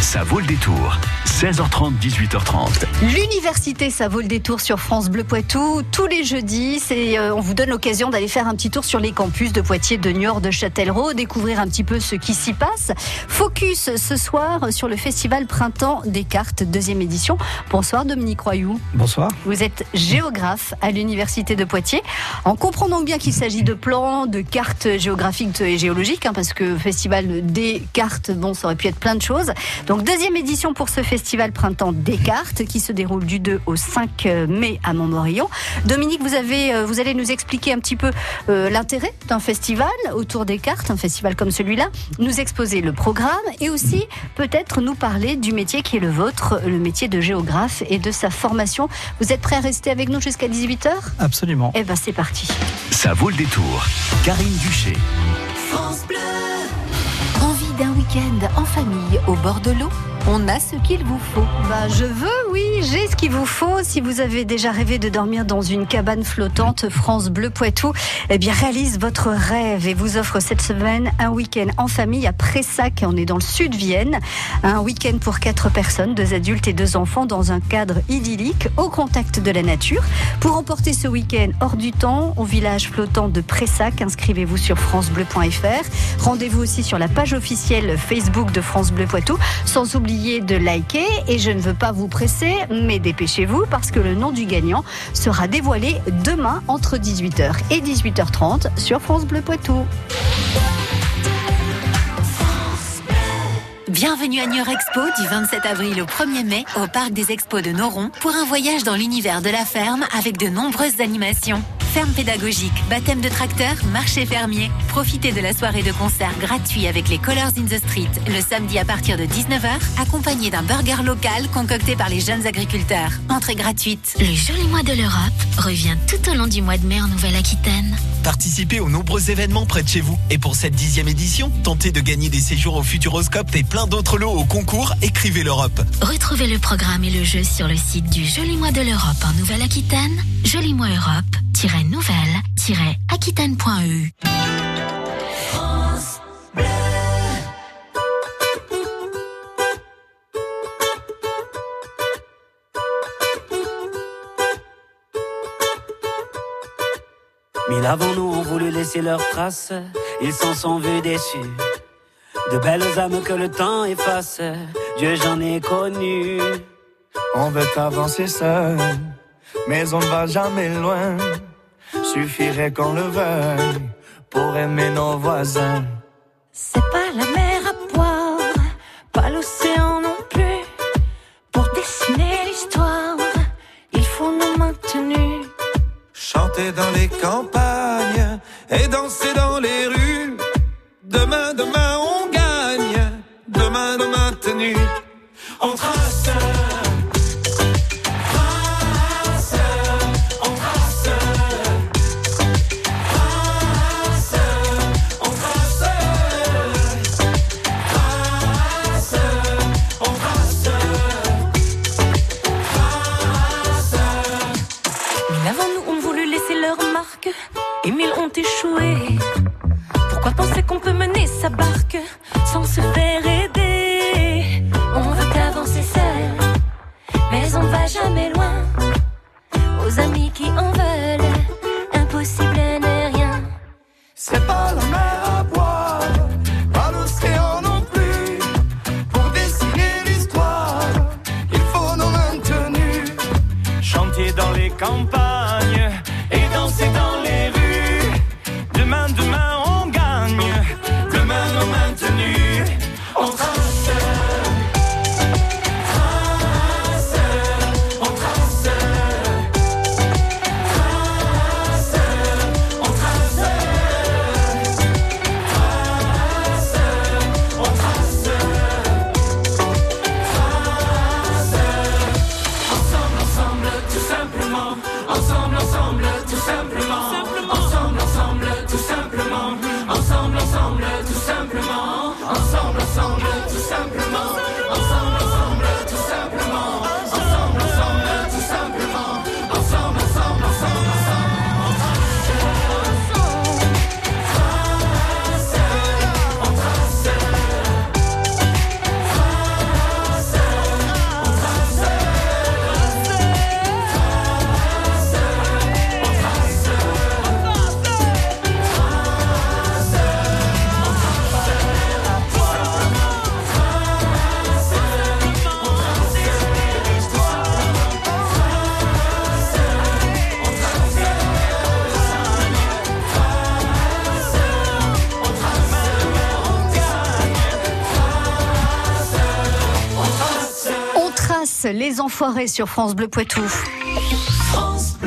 Ça vaut le détour. 16h30, 18h30. L'université, ça vaut le détour sur France Bleu Poitou. Tous les jeudis, on vous donne l'occasion d'aller faire un petit tour sur les campus de Poitiers, de Niort, de Châtellerault, découvrir un petit peu ce qui s'y passe. Focus ce soir sur le festival Printemps Descartes, 2e édition. Bonsoir Dominique Royoux. Bonsoir. Vous êtes géographe à l'université de Poitiers. En comprenant bien qu'il s'agit de plans, de cartes géographiques et géologiques, parce que festival Descartes, ça aurait pu être plein de choses. Donc 2e édition pour ce festival Printemps Descartes qui se déroule du 2 au 5 mai à Montmorillon. Dominique, vous allez nous expliquer un petit peu l'intérêt d'un festival autour des cartes, un festival comme celui-là, nous exposer le programme et aussi peut-être nous parler du métier qui est le vôtre, le métier de géographe et de sa formation. Vous êtes prêts à rester avec nous jusqu'à 18h ? Absolument. Eh bien c'est parti. Ça vaut le détour. Karine Duché. France Bleu. Envie d'un week-end en famille au bord de l'eau ? On a ce qu'il vous faut. J'ai ce qu'il vous faut. Si vous avez déjà rêvé de dormir dans une cabane flottante, France Bleu Poitou, réalise votre rêve et vous offre cette semaine un week-end en famille à Prayssac. On est dans le sud de Vienne. Un week-end pour 4 personnes, 2 adultes et 2 enfants dans un cadre idyllique, au contact de la nature. Pour emporter ce week-end hors du temps, au village flottant de Prayssac, inscrivez-vous sur francebleu.fr. Rendez-vous aussi sur la page officielle Facebook de France Bleu Poitou, sans oublier de liker, et je ne veux pas vous presser, mais dépêchez-vous parce que le nom du gagnant sera dévoilé demain entre 18h et 18h30 sur France Bleu Poitou. Bienvenue à Niort Expo du 27 avril au 1er mai au Parc des Expos de Noron pour un voyage dans l'univers de la ferme avec de nombreuses animations. Ferme pédagogique, baptême de tracteur, marché fermier. Profitez de la soirée de concert gratuit avec les Colors in the Street le samedi à partir de 19h, accompagné d'un burger local concocté par les jeunes agriculteurs. Entrée gratuite. Le joli mois de l'Europe revient tout au long du mois de mai en Nouvelle-Aquitaine. Participez aux nombreux événements près de chez vous. Et pour cette 10e édition, tentez de gagner des séjours au Futuroscope et plein d'autres lots au concours Écrivez l'Europe. Retrouvez le programme et le jeu sur le site du Joli Mois de l'Europe en Nouvelle-Aquitaine, Joli Mois Europe-nouvelle-aquitaine.eu. Mille avant nous ont voulu laisser leurs traces, ils s'en sont vus déçus. De belles âmes que le temps efface, Dieu j'en ai connu. On veut avancer seul, mais on ne va jamais loin. Suffirait qu'on le veuille pour aimer nos voisins. C'est pas la mer à boire, pas l'océan non plus. Pour dessiner l'histoire, il faut nous maintenir. Chanter dans les campagnes et danser dans les rues. Demain, demain on gagne. Demain, demain tenu. On trace. Et mille ont échoué. Pourquoi penser qu'on peut mener sa barque sans se faire aider? On veut avancer seul, Nas, Les Enfoirés sur France Bleu Poitou. France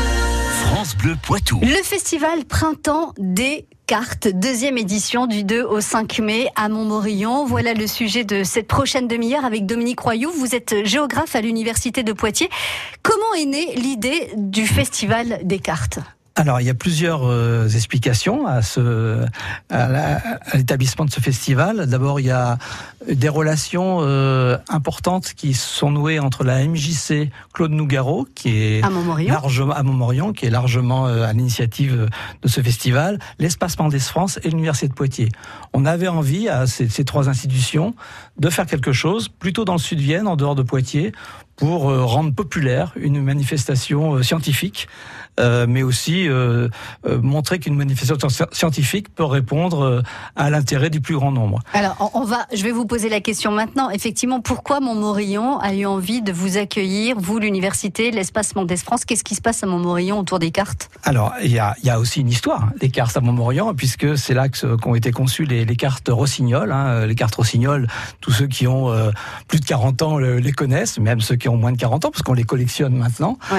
Bleu Poitou. Le festival Printemps des cartes, 2e édition du 2 au 5 mai à Montmorillon. Voilà le sujet de cette prochaine demi-heure avec Dominique Royoux. Vous êtes géographe à l'Université de Poitiers. Comment est née l'idée du festival des cartes ? Alors, il y a plusieurs explications à l'établissement de ce festival. D'abord, il y a des relations importantes qui sont nouées entre la MJC Claude Nougaro, qui est largement à l'initiative de ce festival, l'Espace Mendès France et l'Université de Poitiers. On avait envie, à ces trois institutions, de faire quelque chose, plutôt dans le Sud-Vienne, en dehors de Poitiers, pour rendre populaire une manifestation scientifique, mais aussi montrer qu'une manifestation scientifique peut répondre à l'intérêt du plus grand nombre. Alors, je vais vous poser la question maintenant. Effectivement, pourquoi Montmorillon a eu envie de vous accueillir, vous, l'université, l'Espace Mendès France? Qu'est-ce qui se passe à Montmorillon autour des cartes? Alors, il y a aussi une histoire des cartes à Montmorillon, puisque c'est là qu'ont été conçues les cartes Rossignol. Les cartes Rossignol, tous ceux qui ont plus de 40 ans les connaissent, même ceux qui ont moins de 40 ans, parce qu'on les collectionne maintenant. Ouais.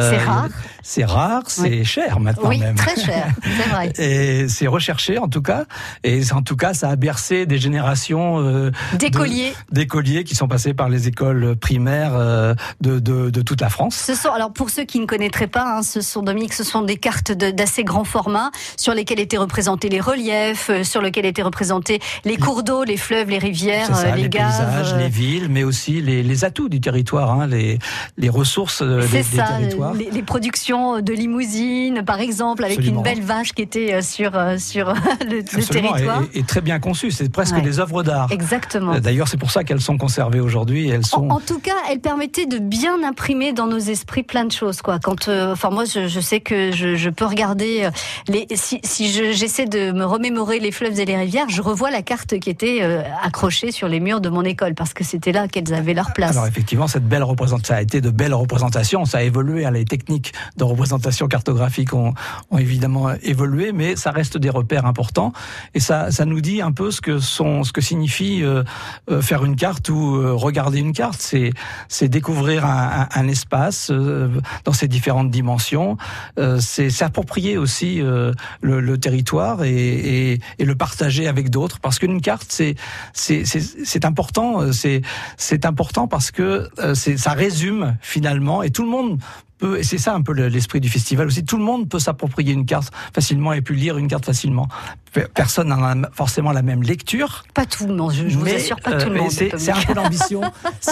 C'est rare, c'est cher maintenant même. Oui, très cher, c'est vrai. Et c'est recherché en tout cas. Et en tout cas, ça a bercé des générations d'écoliers qui sont passés par les écoles primaires de toute la France. Alors pour ceux qui ne connaîtraient pas, ce sont des cartes d'assez grand format sur lesquelles étaient représentés les reliefs, sur lesquels étaient représentés les cours d'eau, les fleuves, les rivières, les gaves, paysages, les villes, mais aussi les atouts du territoire. Les ressources des territoires. Les productions de limousines, par exemple, avec une belle vache qui était sur le territoire. Et très bien conçue, c'est presque des œuvres d'art. Exactement. D'ailleurs, c'est pour ça qu'elles sont conservées aujourd'hui. En tout cas, elles permettaient de bien imprimer dans nos esprits plein de choses. Moi, je sais que je peux regarder, si j'essaie de me remémorer les fleuves et les rivières, je revois la carte qui était accrochée sur les murs de mon école, parce que c'était là qu'elles avaient leur place. Alors effectivement, ça a été de belles représentations, ça a évolué, les techniques de représentation cartographique ont évidemment évolué, mais ça reste des repères importants, et ça nous dit un peu ce que signifie faire une carte ou regarder une carte. C'est découvrir un espace dans ses différentes dimensions, c'est s'approprier aussi le territoire et le partager avec d'autres, parce qu'une carte c'est important, c'est important parce que ça résume finalement, et tout le monde peut, et c'est ça un peu l'esprit du festival aussi, tout le monde peut s'approprier une carte facilement et puis lire une carte facilement. Personne n'a forcément la même lecture. Pas tout le monde, je vous assure, pas tout le monde. C'est un peu l'ambition,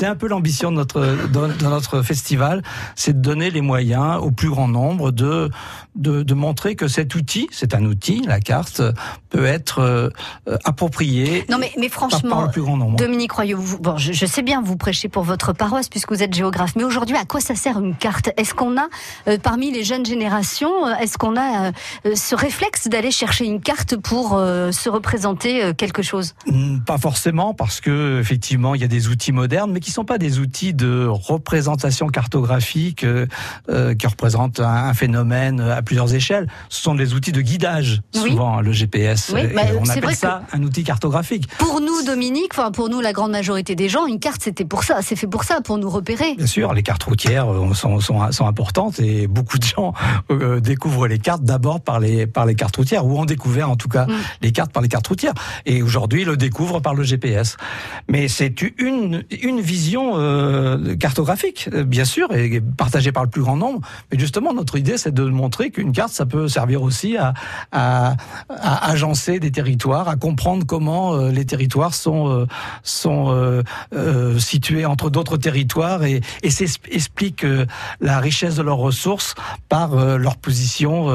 de notre festival, c'est de donner les moyens au plus grand nombre de montrer que cet outil, c'est un outil, la carte, peut être approprié. Non mais franchement, par le plus grand nombre. Dominique Royoux, je sais bien, vous prêchez pour votre paroisse puisque vous êtes géographe, mais aujourd'hui, à quoi ça sert une carte? Est-ce qu'on a, parmi les jeunes générations, est-ce qu'on a ce réflexe d'aller chercher une carte pour se représenter quelque chose? Pas forcément, parce que effectivement, il y a des outils modernes, mais qui sont pas des outils de représentation cartographique qui représentent un phénomène à plusieurs échelles. Ce sont des outils de guidage, souvent, le GPS. Oui, on appelle ça un outil cartographique. Pour nous, Dominique, pour nous, la grande majorité des gens, une carte, c'était pour ça. C'est fait pour ça, pour nous repérer. Bien sûr, les cartes routières sont importantes, et beaucoup de gens découvrent les cartes d'abord par les cartes routières, ou ont découvert en tout cas les cartes par les cartes routières, et aujourd'hui le découvrent par le GPS. Mais c'est une vision cartographique, bien sûr, et partagée par le plus grand nombre. Mais justement, notre idée, c'est de montrer qu'une carte, ça peut servir aussi à agencer des territoires, à comprendre comment les territoires sont situés entre d'autres territoires, et expliquent la richesse de leurs ressources par leur position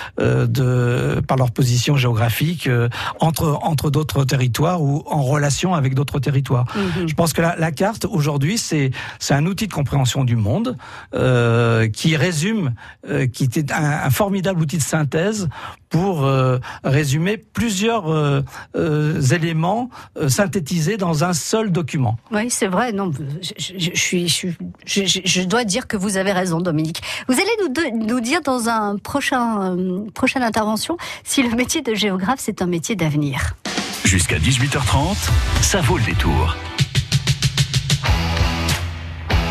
géographique entre d'autres territoires ou en relation avec d'autres territoires. Je pense que la carte aujourd'hui, c'est un outil de compréhension du monde qui résume, qui était un formidable outil de synthèse pour résumer plusieurs éléments synthétisés dans un seul document. Oui, c'est vrai. Non, je dois dire que vous avez raison, Dominique. Vous allez nous dire dans un prochaine intervention si le métier de géographe, c'est un métier d'avenir. Jusqu'à 18h30, ça vaut le détour.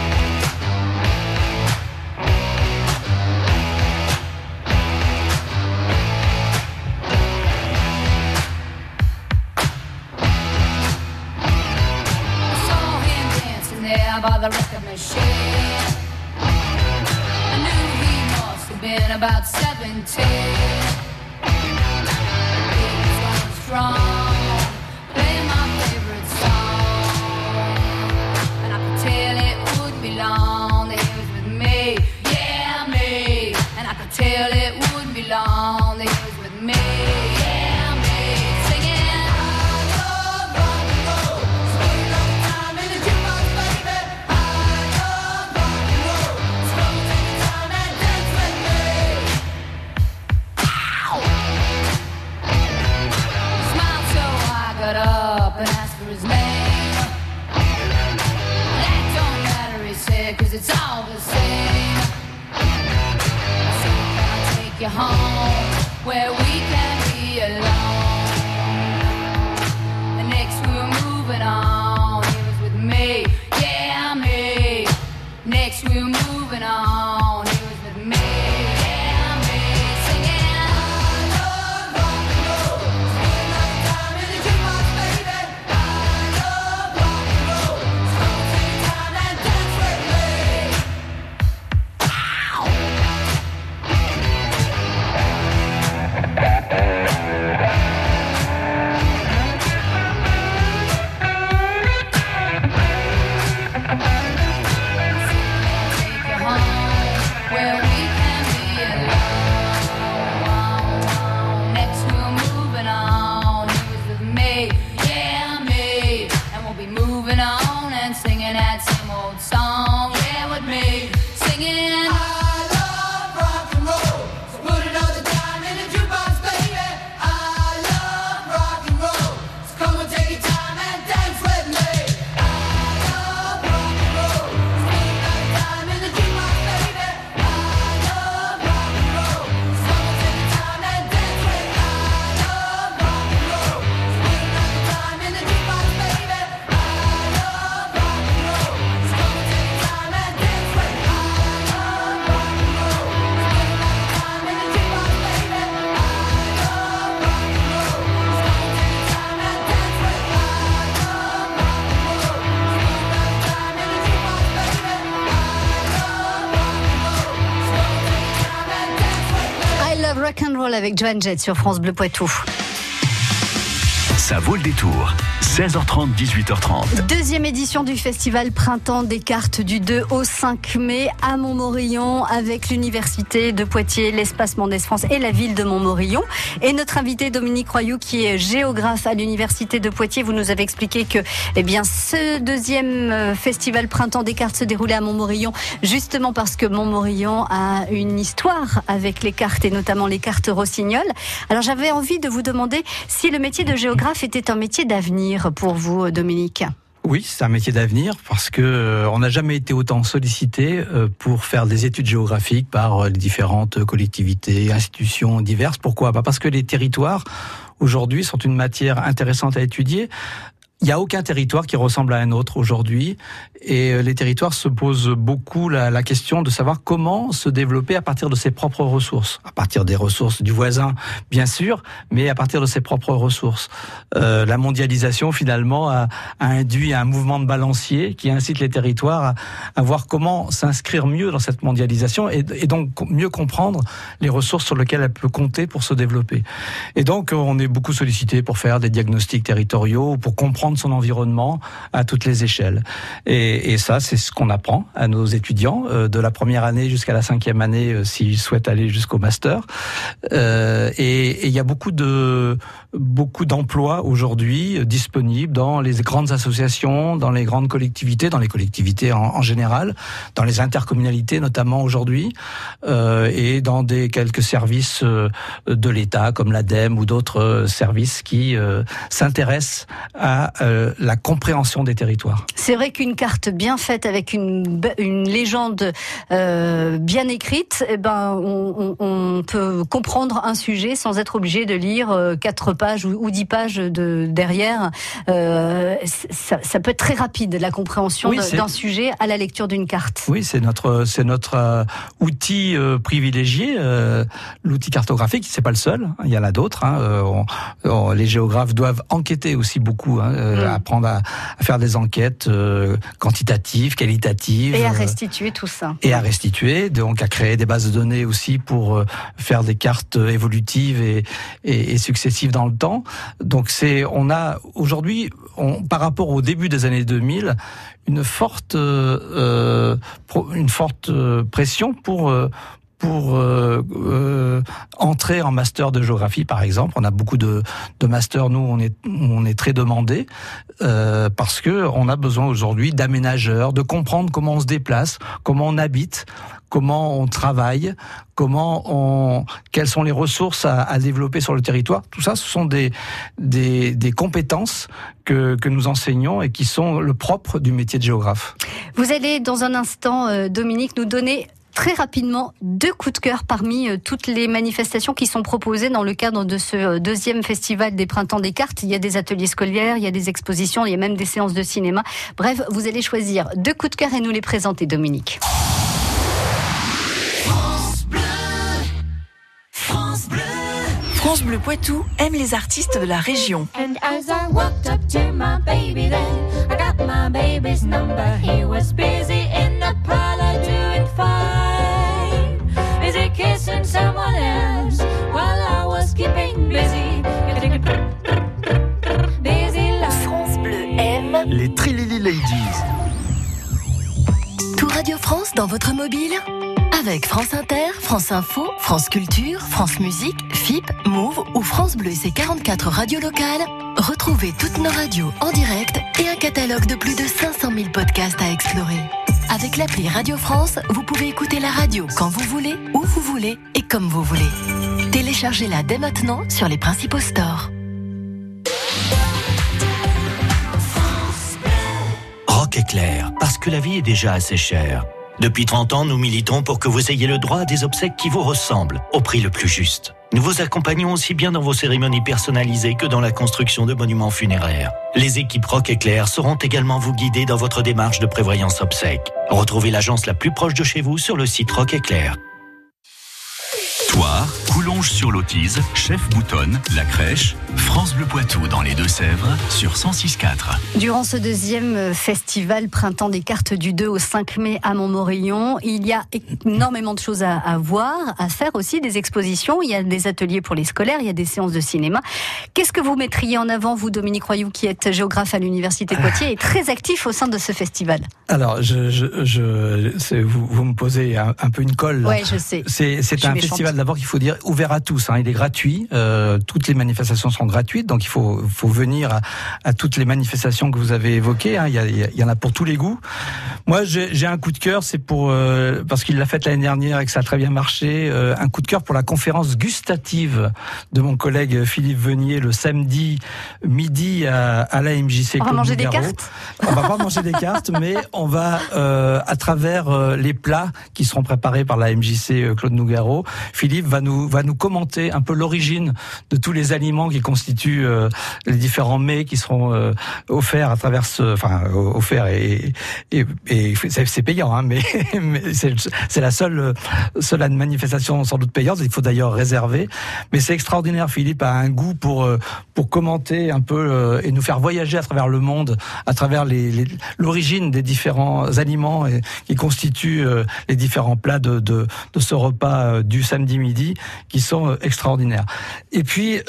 there by the record machine. I knew he must have been about 17. He was going strong, playing my favorite song, and I could tell it wouldn't be long that he was with me, yeah me. And I could tell it wouldn't be long that he was with me, yeah me. Singing. Up and asked for his name. That don't matter, he said, 'cause it's all the same. I said, can I take you home where we can be alone? The next we were moving on, he was with me, yeah me. Next we were moving on, he was with me, yeah me. Singing. Rock'n'Roll avec Joan Jett sur France Bleu Poitou. Ça vaut le détour. 16h30, 18h30. Deuxième édition du festival Printemps des cartes du 2 au 5 mai à Montmorillon avec l'Université de Poitiers, l'Espace Mendès France et la ville de Montmorillon. Et notre invité Dominique Royoux qui est géographe à l'Université de Poitiers, vous nous avez expliqué que ce deuxième festival Printemps des cartes se déroulait à Montmorillon justement parce que Montmorillon a une histoire avec les cartes et notamment les cartes Rossignol. Alors j'avais envie de vous demander si le métier de géographe était un métier d'avenir pour vous, Dominique. Oui, c'est un métier d'avenir parce que on n'a jamais été autant sollicité pour faire des études géographiques par les différentes collectivités, institutions diverses. Pourquoi ? Parce que les territoires aujourd'hui sont une matière intéressante à étudier. Il n'y a aucun territoire qui ressemble à un autre aujourd'hui et les territoires se posent beaucoup la question de savoir comment se développer à partir de ses propres ressources, à partir des ressources du voisin bien sûr, mais à partir de ses propres ressources. La mondialisation finalement a induit un mouvement de balancier qui incite les territoires à voir comment s'inscrire mieux dans cette mondialisation et donc mieux comprendre les ressources sur lesquelles elle peut compter pour se développer. Et donc on est beaucoup sollicité pour faire des diagnostics territoriaux, pour comprendre son environnement à toutes les échelles. Et ça, c'est ce qu'on apprend à nos étudiants de la première année jusqu'à la 5e année s'ils souhaitent aller jusqu'au master. Et il y a beaucoup d'emplois aujourd'hui disponibles dans les grandes associations, dans les grandes collectivités, dans les collectivités en général, dans les intercommunalités notamment aujourd'hui, et dans quelques services de l'État comme l'ADEME ou d'autres services qui s'intéressent à la compréhension des territoires. C'est vrai qu'une carte bien faite avec une légende bien écrite, on peut comprendre un sujet sans être obligé de lire 4 pages ou 10 pages derrière. Ça peut être très rapide, la compréhension d'un sujet à la lecture d'une carte. Oui, c'est notre outil privilégié, l'outil cartographique. C'est pas le seul, il y en a d'autres. Les géographes doivent enquêter aussi beaucoup apprendre à faire des enquêtes quantitatives, qualitatives. Et à restituer tout ça. Et à restituer, donc à créer des bases de données aussi pour faire des cartes évolutives et successives dans le temps. Donc on a aujourd'hui, par rapport au début des années 2000, une forte pression pour entrer en master de géographie, par exemple. On a beaucoup de masters, nous, on est très demandés, parce que on a besoin aujourd'hui d'aménageurs, de comprendre comment on se déplace, comment on habite, comment on travaille, quelles sont les ressources à développer sur le territoire. Tout ça, ce sont des compétences que nous enseignons et qui sont le propre du métier de géographe. Vous allez, dans un instant, Dominique, nous donner très rapidement 2 coups de cœur parmi toutes les manifestations qui sont proposées dans le cadre de ce 2e festival des Printemps des Cartes. Il y a des ateliers scolaires, il y a des expositions, il y a même des séances de cinéma. Bref, vous allez choisir 2 coups de cœur et nous les présenter, Dominique. France Bleu. France Bleu. France Bleu Poitou aime les artistes de la région. And as I walked up to my baby then, I got my baby's number. He was busy in the parlor doing fine, busy kissing someone else while I was keeping busy. Busy love. France Bleu aime les Trilili Ladies. Tout Radio France dans votre mobile. Avec France Inter, France Info, France Culture, France Musique, FIP, Move ou France Bleu et ses 44 radios locales, retrouvez toutes nos radios en direct et un catalogue de plus de 500 000 podcasts à explorer. Avec l'appli Radio France, vous pouvez écouter la radio quand vous voulez, où vous voulez et comme vous voulez. Téléchargez-la dès maintenant sur les principaux stores. Rock Éclair, parce que la vie est déjà assez chère. Depuis 30 ans, nous militons pour que vous ayez le droit à des obsèques qui vous ressemblent, au prix le plus juste. Nous vous accompagnons aussi bien dans vos cérémonies personnalisées que dans la construction de monuments funéraires. Les équipes Rock Éclair sauront également vous guider dans votre démarche de prévoyance obsèques. Retrouvez l'agence la plus proche de chez vous sur le site Rock Éclair. Thouars, Coulonges-sur-l'Autise, Chef-Boutonne, La Crèche, France Bleu Poitou dans les Deux-Sèvres sur 106.4. Durant ce 2e festival Printemps des Cartes du 2 au 5 mai à Montmorillon, il y a énormément de choses à voir, à faire aussi, des expositions, il y a des ateliers pour les scolaires, il y a des séances de cinéma. Qu'est-ce que vous mettriez en avant, vous, Dominique Royoux, qui êtes géographe à l'Université Poitiers et très actif au sein de ce festival? Alors, vous me posez un peu une colle. Oui, je sais. C'est un festival d'abord qu'il faut dire ouvert à tous. Il est gratuit. Toutes les manifestations sont gratuites, donc il faut venir à toutes les manifestations que vous avez évoquées. Il y en a pour tous les goûts. Moi, j'ai un coup de cœur, c'est parce qu'il l'a fait l'année dernière et que ça a très bien marché. Un coup de cœur pour la conférence gustative de mon collègue Philippe Venier le samedi midi à la MJC. On va manger des cartes. On va pas manger des cartes, mais on va à travers les plats qui seront préparés par la MJC Claude Nougaro. Philippe va nous commenter un peu l'origine de tous les aliments qui constituent les différents mets qui seront offerts à travers offerts et c'est payant, mais c'est la seule manifestation sans doute payante. Il faut d'ailleurs réserver, mais c'est extraordinaire. Philippe a un goût pour commenter un peu et nous faire voyager à travers le monde, à travers l'origine des différents aliments qui constituent les différents plats de ce repas du samedi midi, qui sont extraordinaires. Et puis,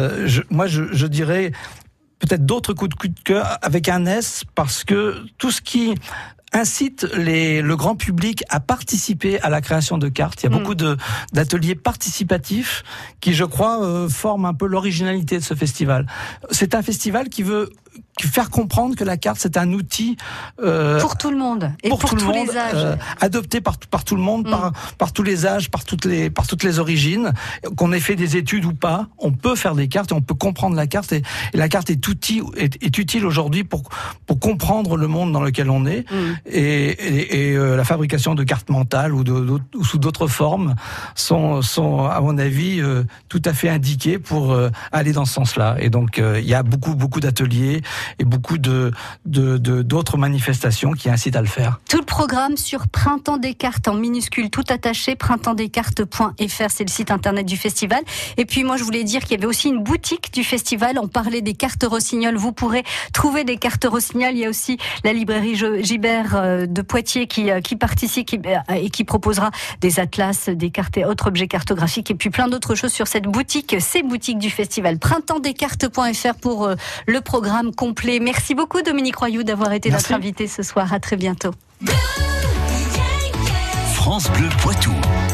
je dirais peut-être d'autres coups de cœur avec un S, parce que tout ce qui incite le grand public à participer à la création de cartes. Il y a beaucoup d'ateliers participatifs qui, je crois, forment un peu l'originalité de ce festival. C'est un festival qui veut faire comprendre que la carte, c'est un outil pour tout le monde et pour tous les âges, adopté par tout le monde, par tous les âges, par toutes les origines. Qu'on ait fait des études ou pas, on peut faire des cartes et on peut comprendre la carte, et la carte est utile aujourd'hui pour comprendre le monde dans lequel on est. et la fabrication de cartes mentales ou sous d'autres formes sont à mon avis tout à fait indiquées pour aller dans ce sens-là. Et donc il y a beaucoup d'ateliers et beaucoup d'autres manifestations qui incitent à le faire. Tout le programme sur Printemps des cartes en minuscule tout attaché, printemps-des-cartes.fr, c'est le site internet du festival. Et puis moi je voulais dire qu'il y avait aussi une boutique du festival. On parlait des cartes Rossignol. Vous pourrez trouver des cartes Rossignol. Il y a aussi la librairie Gibert de Poitiers qui participe et qui proposera des atlas, des cartes et autres objets cartographiques et puis plein d'autres choses sur cette boutique, ces boutiques du festival. Printemps-des-cartes.fr pour le programme complet. Merci beaucoup Dominique Royoux d'avoir été notre invité ce soir. À très bientôt. France Bleu Poitou.